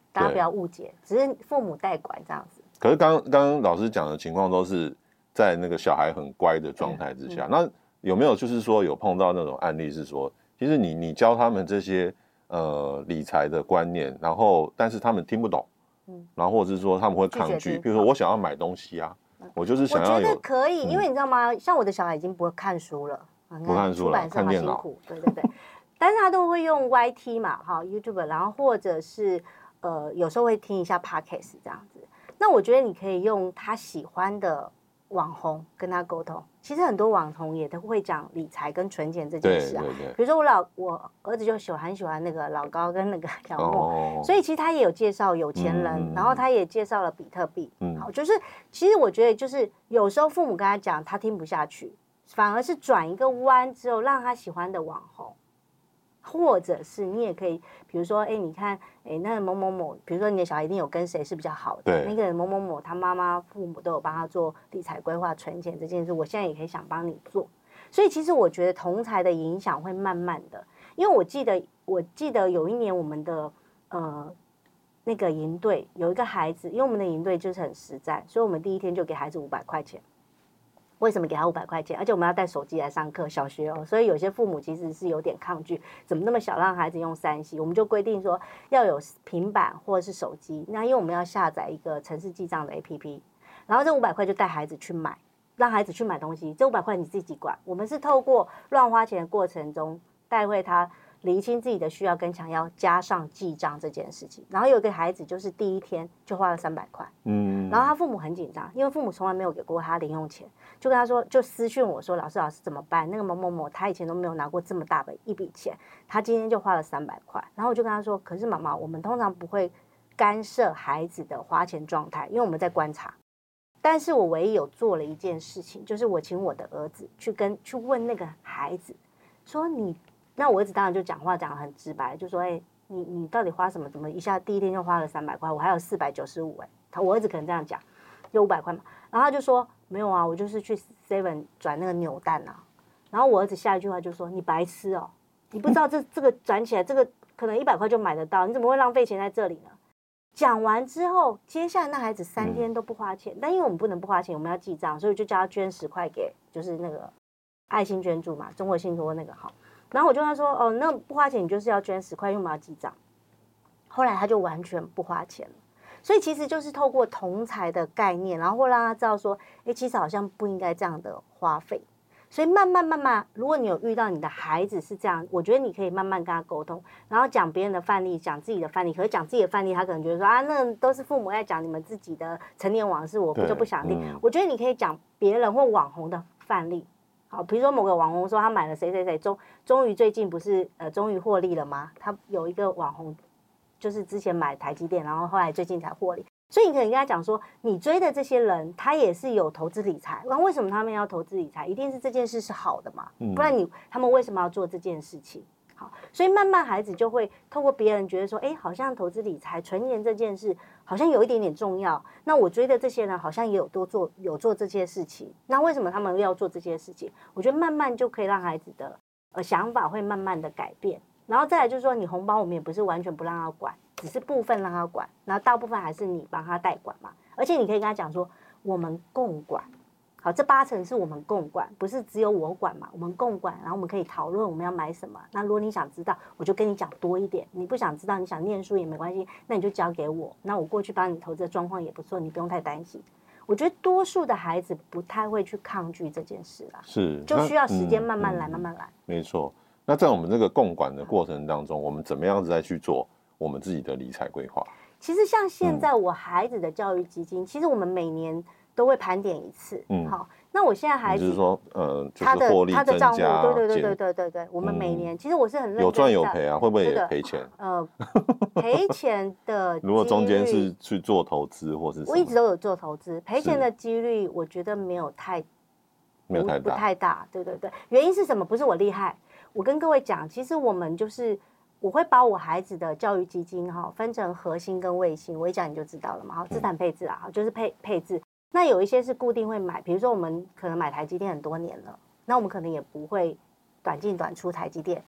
大家不要误解，只是父母代管这样子。 可是刚刚老师讲的情况都是在那个小孩很乖的状态之下，那有没有就是说有碰到那种案例是说，其实你教他们这些理财的观念，然后但是他们听不懂，然后或者是说他们会抗拒，比如说我想要买东西啊，我就是想要有， 我觉得可以，因为你知道吗？像我的小孩已经不会看书了， 不看书了，看电脑， 对对对，但是他都会用 YT 嘛，哈 YouTube， 然后或者是有时候会听一下 Podcast 这样子。那我觉得你可以用他喜欢的网红跟他沟通。其实很多网红也都会讲理财跟存钱这件事啊。 对对对， 比如说我儿子就很喜欢那个老高跟那个小莫，所以其实他也有介绍有钱人，然后他也介绍了比特币。好，就是其实我觉得就是有时候父母跟他讲，他听不下去，反而是转一个弯之后，让他喜欢的网红。或者是你也可以，比如说，你看，那个某某某，比如说你的小孩一定有跟谁是比较好的，那个某某某，他妈妈、父母都有帮他做理财规划、存钱这件事，我现在也可以想帮你做。所以其实我觉得同侪的影响会慢慢的，因为我记得有一年我们的那个营队有一个孩子，因为我们的营队就是很实在，所以我们第一天就给孩子500块钱。为什么给他500块钱？而且我们要带手机来上课，小学哦，所以有些父母其实是有点抗拒，怎么那么小让孩子用3C？我们就规定说要有平板或者是手机。那因为我们要下载一个城市记账的 APP， 然后这500块就带孩子去买，让孩子去买东西，这500块你自己管。我们是透过乱花钱的过程中带会他厘清自己的需要跟想要，加上记账这件事情。然后有一个孩子就是第一天就花了300块，然后他父母很紧张，因为父母从来没有给过他零用钱，就跟他说，就私讯我说，老师怎么办？那个某某某他以前都没有拿过这么大的一笔钱，他今天就花了300块。然后我就跟他说，可是妈妈，我们通常不会干涉孩子的花钱状态，因为我们在观察。但是我唯一有做了一件事情，就是我请我的儿子去问那个孩子，说那我儿子当然就讲话讲得很直白，就说你到底花什么？怎么一下第一天就花了300块？我还有495我儿子可能这样讲，就500块嘛。然后他就说没有啊，我就是去 7 转那个扭蛋啊。然后我儿子下一句话就说你白痴哦，你不知道这个转起来这个可能100块就买得到，你怎么会浪费钱在这里呢？讲完之后，接下来那孩子3天都不花钱，但因为我们不能不花钱，我们要记账，所以就叫他捐10块给就是那个爱心捐助嘛，中国信托那个好。然后我就跟他说，那不花钱你就是要捐10块，因为我们要记账。后来他就完全不花钱了。所以其实就是透过同侪的概念，然后会让他知道说，其实好像不应该这样的花费。所以慢慢，如果你有遇到你的孩子是这样，我觉得你可以慢慢跟他沟通，然后讲别人的范例，讲自己的范例。可是讲自己的范例，他可能觉得说那都是父母在讲你们自己的陈年往事，我就不想听。我觉得你可以讲别人或网红的范例。好，比如说某个网红说他买了谁，终于最近不是终于获利了吗？他有一个网红，就是之前买台积电，然后后来最近才获利。所以你可能跟他讲说，你追的这些人，他也是有投资理财。那为什么他们要投资理财？一定是这件事是好的嘛？不然他们为什么要做这件事情？好，所以慢慢孩子就会透过别人觉得说，好像投资理财、存钱这件事好像有一点点重要。那我追的这些人好像也有做这些事情。那为什么他们要做这些事情？我觉得慢慢就可以让孩子的想法会慢慢的改变。然后再来就是说，你红包我们也不是完全不让他管，只是部分让他管，然后大部分还是你帮他代管嘛。而且你可以跟他讲说，我们共管。好，这8成是我们共管，不是只有我管嘛，我们共管，然后我们可以讨论我们要买什么。那如果你想知道，我就跟你讲多一点；你不想知道，你想念书也没关系，那你就交给我。那我过去帮你投资的状况也不错，你不用太担心。我觉得多数的孩子不太会去抗拒这件事啦， 是就需要时间慢慢来，慢慢来。 没错。那在我们这个共管的过程当中，我们怎么样子再去做我们自己的理财规划？ 其实像现在我孩子的教育基金，其实我们每年都会盘点一次。好，那我现在孩子就是说，他的账户，对，我们每年其实我是很认真有赚有赔啊，会不会也赔钱？ 赔钱的如果中间是去做投资或是什么， 我一直都有做投资，赔钱的几率我觉得不太大，对，原因是什么？不是我厉害，我跟各位讲，其实我们就是我会把我孩子的教育基金分成核心跟卫星，我一讲你就知道了嘛。资产配置啊，就是配置。那有一些是固定会买，比如说我们可能买台积电很多年了，那我们可能也不会短进短出台积电。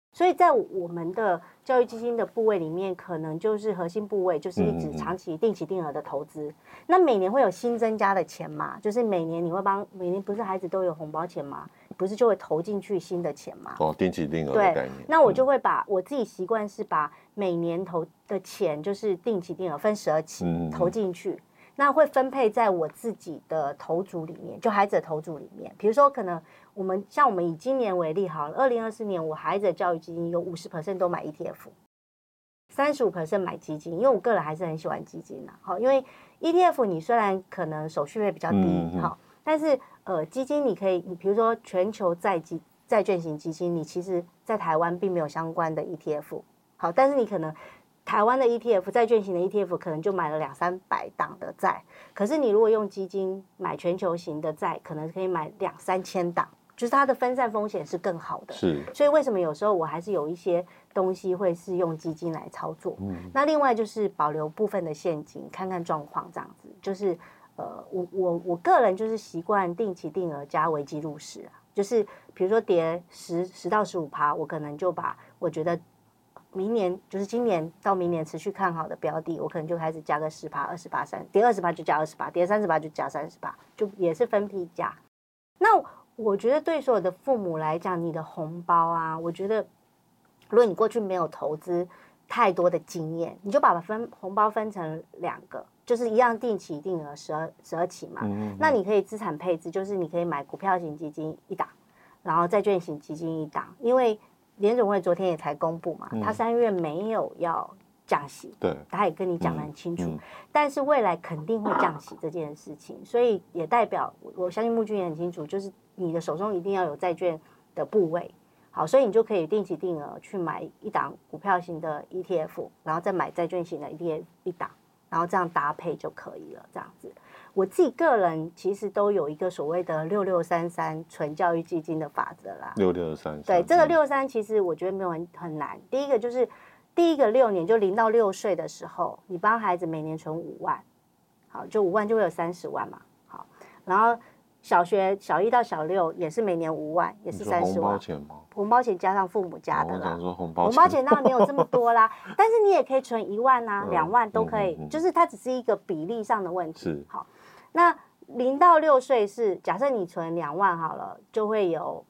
所以在我们的教育基金的部位里面，可能就是核心部位就是一直长期定期定额的投资。那每年会有新增加的钱嘛？就是每年你会每年不是孩子都有红包钱吗？不是就会投进去新的钱吗？ 定期定额的概念。 那我就会把我自己习惯是把每年投的钱就是定期定额分12期投进去。那会分配在我自己的投组里面，就孩子的投组里面。比如说，可能我们以今年为例好了，2024年我孩子的教育基金有50% 都买 ETF，35% 买基金，因为我个人还是很喜欢基金好，因为 ETF 你虽然可能手续费比较低，好，但是基金你可以，你比如说全球债券型基金，你其实在台湾并没有相关的 ETF， 好，但是你可能台湾的 ETF 债券型的 ETF 可能就买了200-300档的债，可是你如果用基金买全球型的债，可能可以买2-3千档，就是它的分散风险是更好的。 是， 所以为什么有时候我还是有一些东西会是用基金来操作？那另外就是保留部分的现金，看看状况这样子。就是我个人就是习惯定期定额加危机入市啊，就是比如说跌10到15%，我可能就把我觉得明年就是今年到明年持续看好的标的，我可能就开始加个10%、20%、跌20%就加20%，跌30%就加30%，就也是分批加。那我觉得对所有的父母来讲，你的红包啊，我觉得如果你过去没有投资太多的经验，你就把红包分成2个，就是一样定期定额12期嘛。那你可以资产配置，就是你可以买股票型基金1档，然后债券型基金1档，因为联准会昨天也才公布嘛，他3月没有要降息， 对， 他也跟你讲得很清楚，但是未来肯定会降息这件事情，所以也代表我相信木君也很清楚，就是你的手中一定要有债券的部位，好，所以你就可以定期定额去买1档股票型的 ETF， 然后再买债券型的 ETF 1档，然后这样搭配就可以了，这样子。我自己个人其实都有一个所谓的6633纯教育基金的法则啦。 6633， 对，这个63其实我觉得没有很难。第一个就是第一个6年，就0到6岁的时候，你帮孩子每年存5万，好，就5万就会有30万嘛，好，然后小1到小6也是每年5万，也是30万。 红包钱吗？ 红包钱加上父母加的啦。 我想说红包钱当然没有这么多啦，但是你也可以存1万啊、2万都可以，就是它只是一个比例上的问题。 是， 好，那0到6岁是假设你存2万好了，就会有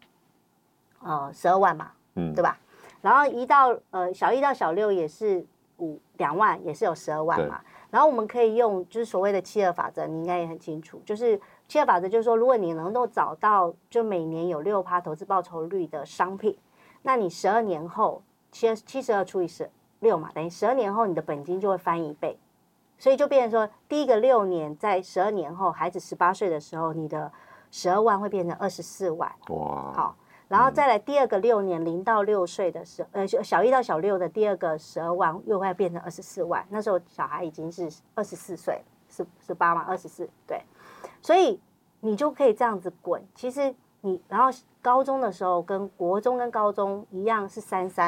12万嘛，对吧？然后小1到小6也是2万，也是有12万嘛。然后我们可以用就是所谓的7-2法则，你应该也很清楚，就是7-2法则就是说，如果你能够找到就每年有6%投资报酬率的商品，那你12年后72除以6嘛，等于12年后你的本金就会翻1倍。所以就变成说，第一个6年，在12年后，孩子18岁的时候，你的12万会变成24万。 哇！ 好，然后再来第二个6年，0到6岁的时候，小1到小6的第二个12万又会变成24万。那时候小孩已经是24岁，18嘛，24，对。所以你就可以这样子滚。其实然后高中的时候跟国中跟高中一样是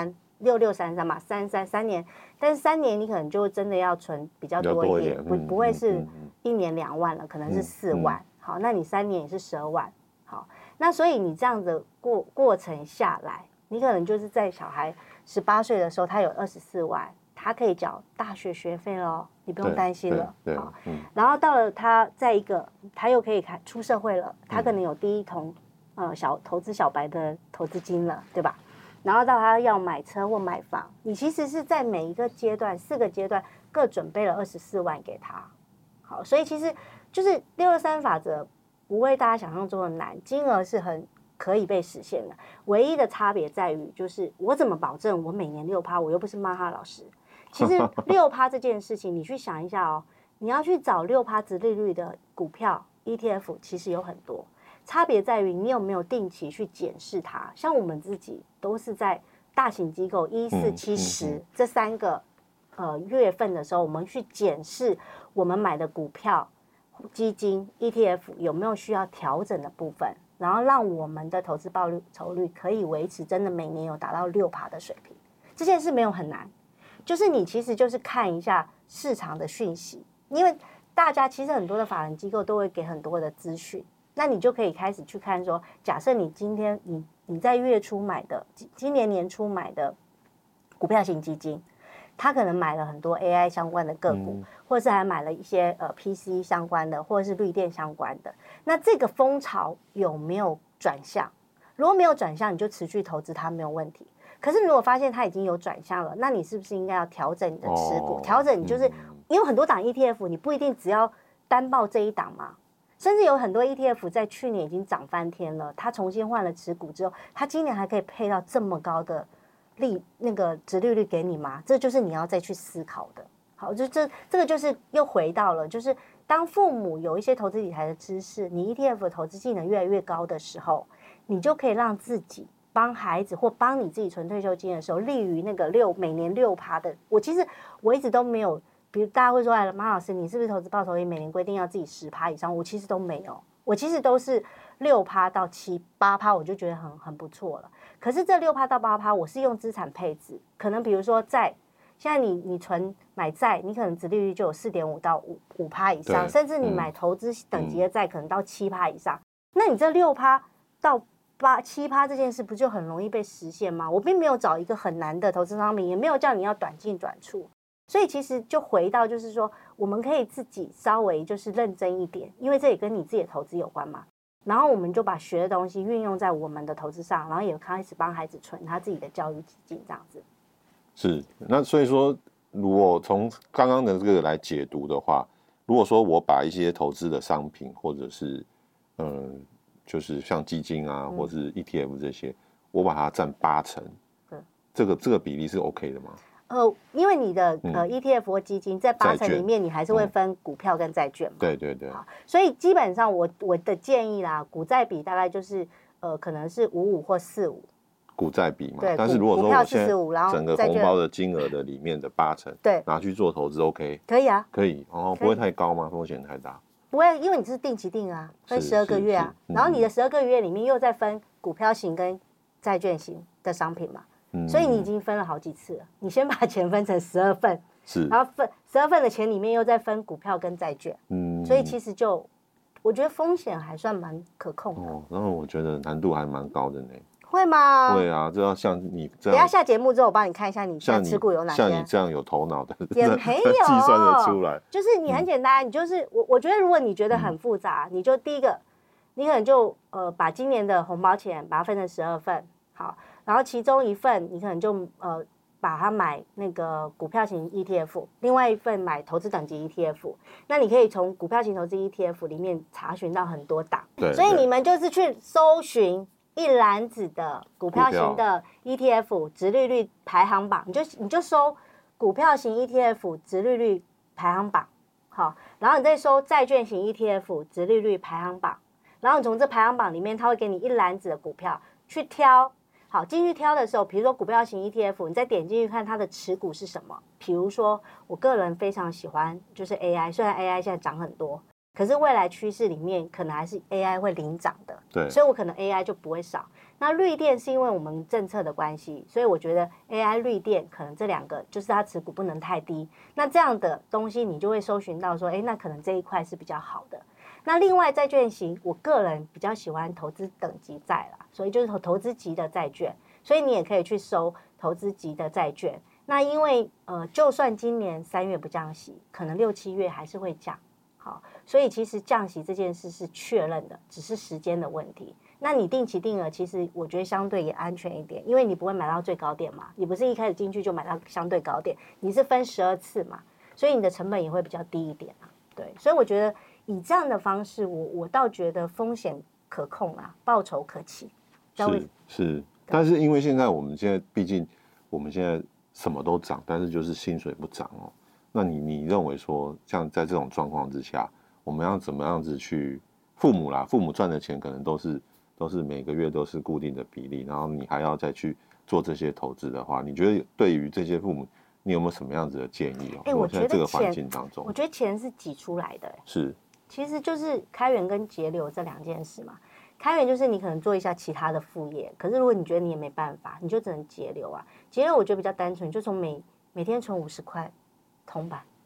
6633嘛，3年，但是3年你可能就真的要存比较多一点，不会是1年2万了，可能是4万。好，那你3年也是12万。好，那所以你这样子过程下来，你可能就是在小孩18岁的时候，他有24万，他可以缴大学学费咯，你不用担心了。好，然后到了他又可以出社会了，他可能有第一桶投资小白的投资金了，对吧？然后到他要买车或买房，你其实是在每一个阶段4个阶段各准备了24万给他。好，所以其实就是623法则不会大家想象中的难，金额是很可以被实现的。唯一的差别在于，就是我怎么保证我每年6%，我又不是玛哈老师。其实6%这件事情，你去想一下哦，你要去找6%殖利率的股票 ETF， 其实有很多。差别在于你有没有定期去检视它。像我们自己都是在大型机构14、70这3个月份的时候，我们去检视我们买的股票、基金、ETF 有没有需要调整的部分，然后让我们的投资报酬率可以维持真的每年有达到6%的水平。这件事没有很难，就是你其实就是看一下市场的讯息，因为大家其实很多的法人机构都会给很多的资讯。 那你就可以开始去看说，假设你今天你在月初买的，今年年初买的股票型基金，他可能买了很多 AI 相关的个股，或者是还买了一些PC 相关的，或者是绿电相关的。那这个风潮有没有转向？如果没有转向，你就持续投资它没有问题。可是如果发现它已经有转向了，那你是不是应该要调整你的持股？调整你就是因为很多档 ETF， 你不一定只要单报这一档嘛。甚至有很多 ETF 在去年已经涨翻天了，它重新换了持股之后，它今年还可以配到这么高的那个殖利率给你吗？这就是你要再去思考的。好，就这个就是又回到了，就是当父母有一些投资理财的知识，你 ETF 的投资技能越来越高的时候，你就可以让自己帮孩子或帮你自己存退休金的时候，利于那个每年6%的。其实我一直都没有。比如大家会说，哎，马老师，你是不是投资报酬率每年规定要自己10%以上？我其实都没有，我其实都是6%到8%，我就觉得很不错了。可是这6%到8%，我是用资产配置，可能比如说债，现在你买债，你可能殖利率就有4.5%到5%以上，甚至你买投资等级的债，可能到7%以上。那你这6%到7%这件事，不就很容易被实现吗？我并没有找一个很难的投资商品，也没有叫你要短进短出。所以其实就回到就是说，我们可以自己稍微就是认真一点，因为这也跟你自己的投资有关嘛。然后我们就把学的东西运用在我们的投资上，然后也开始帮孩子存他自己的教育基金，这样子。 是，那所以说，如果从刚刚的这个来解读的话，如果说我把一些投资的商品，或者是就是像基金啊，或者是 ETF 这些，我把它占80%，这个比例是 OK 的吗？ 因为你的ETF 或基金在80%里面，你还是会分股票跟债券嘛。对对对。所以基本上我的建议啦，股债比大概就是可能是55或45。股债比嘛。对。但是如果说我现在整个红包的金额的里面的80%，对，拿去做投资 OK？ 可以啊。可以哦，不会太高吗？风险太大？不会，因为你是定期定啊，分12个月啊，然后你的12个月里面又再分股票型跟债券型的商品嘛。所以你已经分了好几次了，你先把钱分成12份，是，然后12份的钱里面又再分股票跟债券，所以其实我觉得风险还算蛮可控的。然后我觉得难度还蛮高的呢。会吗？会啊，这要像你这样，等一下下节目之后，我帮你看一下你现在持股有哪些。像你这样有头脑的，也没有计算得出来。就是你很简单，你就是我觉得如果你觉得很复杂，你就第一个，你可能就把今年的红包钱把它分成12份，好。然后其中一份你可能就把它买那个股票型 ETF， 另外一份买投资等级 ETF。那你可以从股票型投资 ETF 里面查询到很多档，对，所以你们就是去搜寻一篮子的股票型的 ETF 殖利率排行榜，你就搜股票型 ETF 殖利率排行榜，好，然后你再搜债券型 ETF 殖利率排行榜，然后你从这排行榜里面，它会给你一篮子的股票去挑。好，进去挑的时候，比如说股票型 ETF， 你再点进去看它的持股是什么。比如说，我个人非常喜欢就是 AI， 虽然 AI 现在涨很多，可是未来趋势里面可能还是 AI 会领涨的。对，所以我可能 AI 就不会少。那绿电是因为我们政策的关系，所以我觉得 AI 绿电可能这两个就是它持股不能太低。那这样的东西你就会搜寻到说，那可能这一块是比较好的。那另外债券型，我个人比较喜欢投资等级债啦，所以就是投资级的债券，所以你也可以去收投资级的债券。那因为就算今年3月不降息，可能6、7月还是会降，好，所以其实降息这件事是确认的，只是时间的问题。那你定期定额，其实我觉得相对也安全一点，因为你不会买到最高点嘛，你不是一开始进去就买到相对高点，你是分12次嘛，所以你的成本也会比较低一点啊。对，所以我觉得以这样的方式，我倒觉得风险可控啊，报酬可期。是，但是因为现在毕竟我们现在什么都涨，但是就是薪水不涨哦。那你认为说，像在这种状况之下，我们要怎么样子去父母赚的钱可能都是每个月都是固定的比例，然后你还要再去做这些投资的话，你觉得对于这些父母，你有没有什么样子的建议哦？我觉得这个环境当中，我觉得钱是挤出来的，是，其实就是开源跟节流这2件事嘛。开源就是你可能做一下其他的副业，可是如果你觉得你也没办法，你就只能节流啊。节流我觉得比较单纯，就从每天存50块铜板，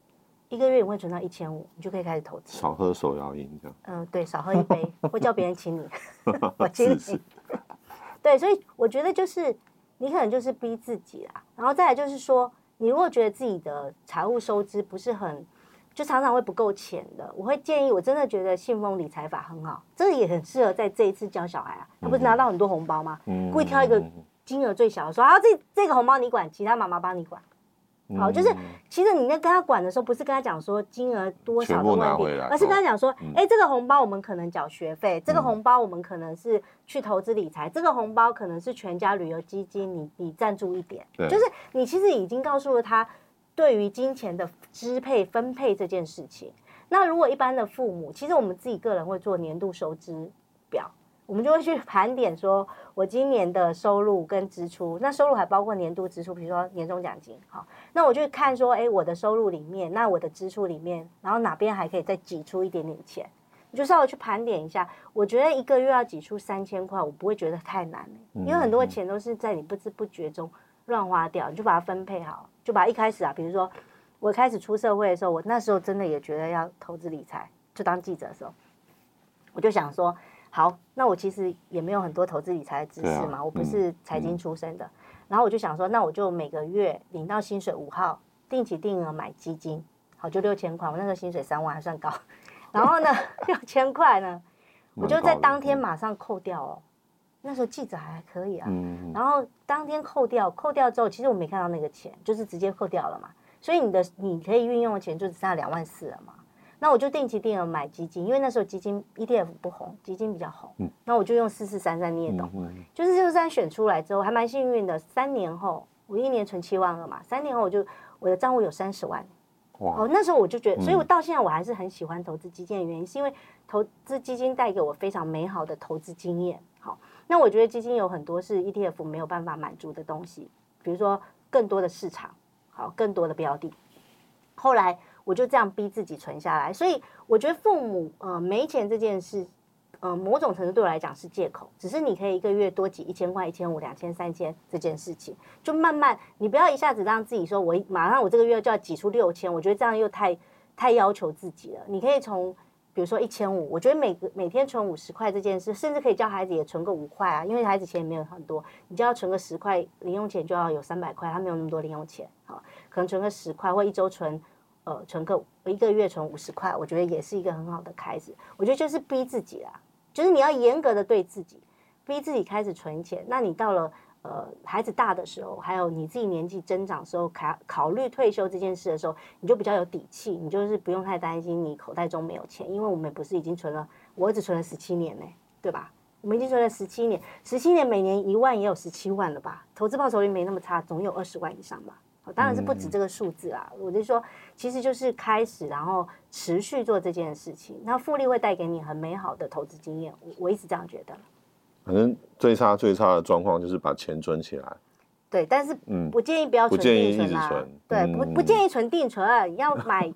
1个月你会存到1500，你就可以开始投资。 少喝手摇饮这样。 对，少喝一杯，或叫别人请你，我请你。对，所以我觉得就是你可能就是逼自己啦，然后再来就是说，你如果觉得自己的财务收支不是很，就常常会不够钱的，我会建议，我真的觉得信封理财法很好，这个也很适合在这一次教小孩啊。他不是拿到很多红包吗？故意挑一个金额最小的，说啊，这个红包你管，其他妈妈帮你管。好，就是其实你在跟他管的时候，不是跟他讲说金额多少的问题，而是跟他讲说，这个红包我们可能缴学费，这个红包我们可能是去投资理财，这个红包可能是全家旅游基金，你赞助一点，就是你其实已经告诉了他对于金钱的支配分配这件事情。那如果一般的父母，其实我们自己个人会做年度收支表。我们就会去盘点说我今年的收入跟支出，那收入还包括年度支出，比如说年终奖金。好，那我就看说，我的收入里面，那我的支出里面，然后哪边还可以再挤出一点点钱，你就稍微去盘点一下。我觉得1个月要挤出3000块，我不会觉得太难，因为很多钱都是在你不知不觉中乱花掉，你就把它分配好，就把它一开始啊，比如说我开始出社会的时候，我那时候真的也觉得要投资理财，就当记者的时候，我就想说，好，那我其实也没有很多投资理财的知识嘛，我不是财经出身的，然后我就想说，那我就每个月领到薪水5号，定期定额买基金，好，就6000块，我那时候薪水3万还算高，然后呢6000块呢，我就在当天马上扣掉哦，那时候记者还可以啊，然后当天扣掉之后，其实我没看到那个钱，就是直接扣掉了嘛，所以你可以运用的钱就只剩下2万4了嘛。那我就定期定额买基金，因为那时候基金 ETF 不红，基金比较红。那我就用4433，你也懂，就是4433选出来之后，还蛮幸运的。3年后，我1年存7万2嘛，3年后我的账户有30万。哇！那时候我就觉得，所以我到现在我还是很喜欢投资基金的原因，是因为投资基金带给我非常美好的投资经验。好，那我觉得基金有很多是 ETF 没有办法满足的东西，比如说更多的市场，好，更多的标的。后来我就这样逼自己存下来，所以我觉得父母没钱这件事，某种程度对我来讲是借口，只是你可以1个月多挤1000块、1500、2000、3000这件事情，就慢慢，你不要一下子让自己说我马上我这个月就要挤出6000，我觉得这样又太要求自己了。你可以从比如说1500，我觉得每天存50块这件事，甚至可以叫孩子也存个5块啊，因为孩子钱也没有很多，你就要存个10块，零用钱就要有300块，他没有那么多零用钱，好，可能存个10块，或1周存个1个月存50块，我觉得也是一个很好的开始。我觉得就是逼自己啦，就是你要严格的对自己，逼自己开始存钱。那你到了孩子大的时候，还有你自己年纪增长的时候，考虑退休这件事的时候，你就比较有底气，你就是不用太担心你口袋中没有钱，因为我们不是已经存了，我儿子存了17年呢，对吧？我们已经存了17年，17年每年1万也有17万了吧？投资报酬率没那么差，总有20万以上吧？当然是不止这个数字啦，我就说，其实就是开始，然后持续做这件事情，那复利会带给你很美好的投资经验，我一直这样觉得。 反正最差的状况就是把钱存起来。 对，但是不建议不要存定存啊。对，不建议存定存，要买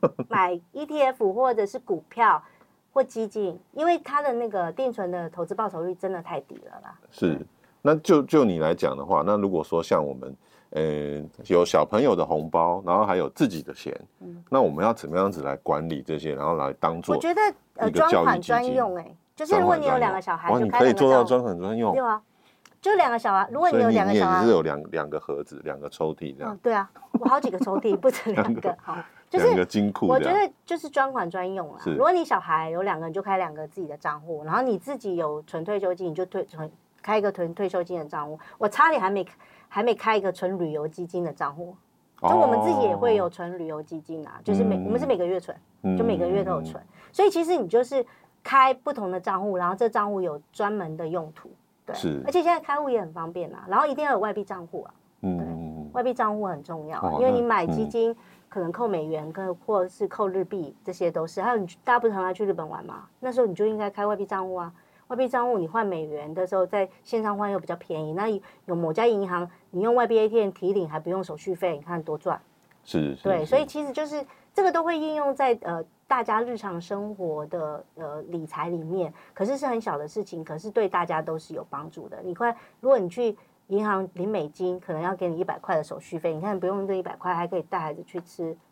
ETF 或者是股票或基金，因为它的那个定存的投资报酬率真的太低了啦。 是，那就你来讲的话，那如果说像我们有小朋友的红包，然后还有自己的钱，那我们要怎么样子来管理这些，然后来当做我觉得专款专用就是如果你有2个小孩， 你可以做到专款专用。 对啊，就2个小孩，如果你有2个小孩， 所以你也是有两个盒子、2个抽屉这样。 对啊，我好几个抽屉，不止2个。好，就是 2个金库。 我觉得就是专款专用啦。如果你小孩有2个，你就开2个自己的账户，然后你自己有存退休金，你就开一个存退休金的账户。我差点还没开一个存旅游基金的账户。就我们自己也会有存旅游基金啊，就是我们是每个月存，就每个月都有存。所以其实你就是开不同的账户，然后这账户有专门的用途，对，而且现在开户也很方便啊，然后一定要有外币账户啊，对，外币账户很重要，因为你买基金可能扣美元或者是扣日币，这些都是。还有大家不是常常去日本玩吗？那时候你就应该开外币账户啊，外币账户你换美元的时候，在线上换又比较便宜，那有某家银行你用外币 ATM 提领还不用手续费，你看多赚。 是， 对，所以其实就是这个都会应用在大家日常生活的理财里面，可是很小的事情，可是对大家都是有帮助的。你看，如果你去银行领美金，可能要给你100块的手续费，你看不用这100块，还可以带孩子去吃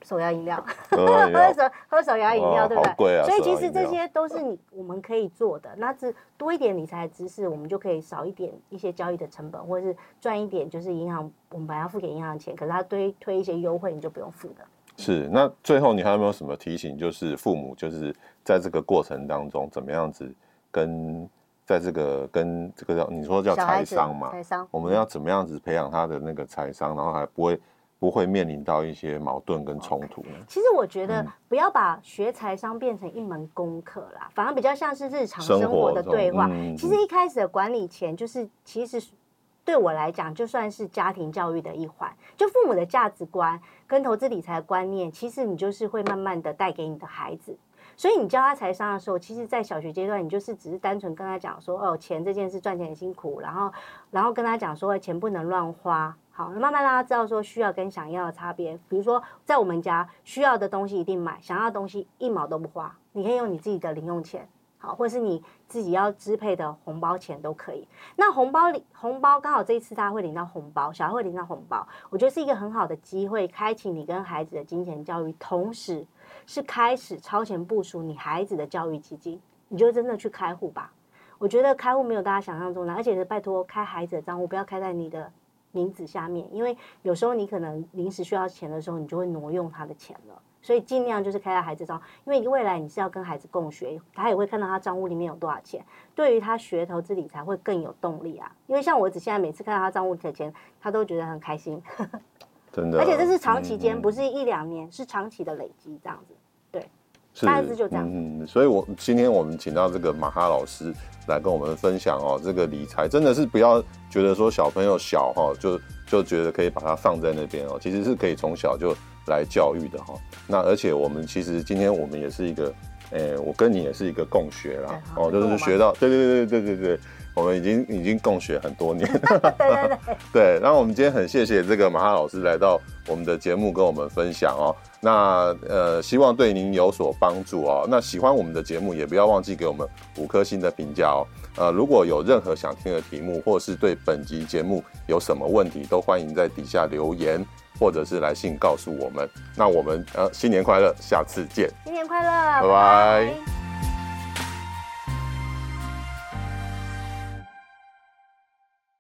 手摇饮料， 喝手摇饮料，对不对？ 好贵啊！ 所以其实这些都是我们可以做的。那多一点理财知识，我们就可以少一些交易的成本，或者是赚一点就是银行我们本来要付给银行的钱，可是他推一些优惠，你就不用付的。是。 那最后你还有没有什么提醒？就是父母就是在这个过程当中，怎么样子跟这个叫你说叫财商嘛？ 财商， 我们要怎么样子培养他的那个财商，然后还不会面临到一些矛盾跟冲突呢？ 其实我觉得不要把学财商变成一门功课啦，反而比较像是日常生活的对话。其实一开始的管理钱，就是其实对我来讲，就算是家庭教育的一环，就父母的价值观跟投资理财的观念，其实你就是会慢慢的带给你的孩子。所以你教他财商的时候，其实在小学阶段，你就是只是单纯跟他讲说，哦，钱这件事赚钱很辛苦，然后跟他讲说，钱不能乱花。好，慢慢让他知道说需要跟想要的差别。比如说，在我们家需要的东西一定买，想要的东西1毛都不花。你可以用你自己的零用钱，好，或是你自己要支配的红包钱都可以。那红包刚好这一次大家会领到红包，小孩会领到红包，我觉得是一个很好的机会，开启你跟孩子的金钱教育，同时是开始超前部署你孩子的教育基金。你就真的去开户吧。我觉得开户没有大家想象中难，而且是拜托开孩子的账户，不要开在你的名字下面，因为有时候你可能临时需要钱的时候，你就会挪用他的钱了。所以尽量就是开在孩子账户，因为未来你是要跟孩子共学，他也会看到他账户里面有多少钱，对于他学投资理财会更有动力啊。因为像我儿子现在每次看到他账户的钱，他都觉得很开心， 真的。 而且这是长期间，不是1-2年，是长期的累积这样子。对，大致就这样。 所以今天我们请到这个马哈老师来跟我们分享哦，这个理财真的是不要觉得说小朋友小哈就觉得可以把它放在那边哦，其实是可以从小就来教育的哈。那而且我们其实今天我们也是一个，我跟你也是一个共学啦，哦，就是学到，对，我们已经共学很多年，对。然后我们今天很谢谢这个马哈老师来到我们的节目跟我们分享哦。那希望对您有所帮助哦。那喜欢我们的节目，也不要忘记给我们5颗星的评价哦。如果有任何想听的题目，或是对本集节目有什么问题，都欢迎在底下留言，或者是来信告诉我们。那我们新年快乐，下次见！ 新年快乐， 拜拜。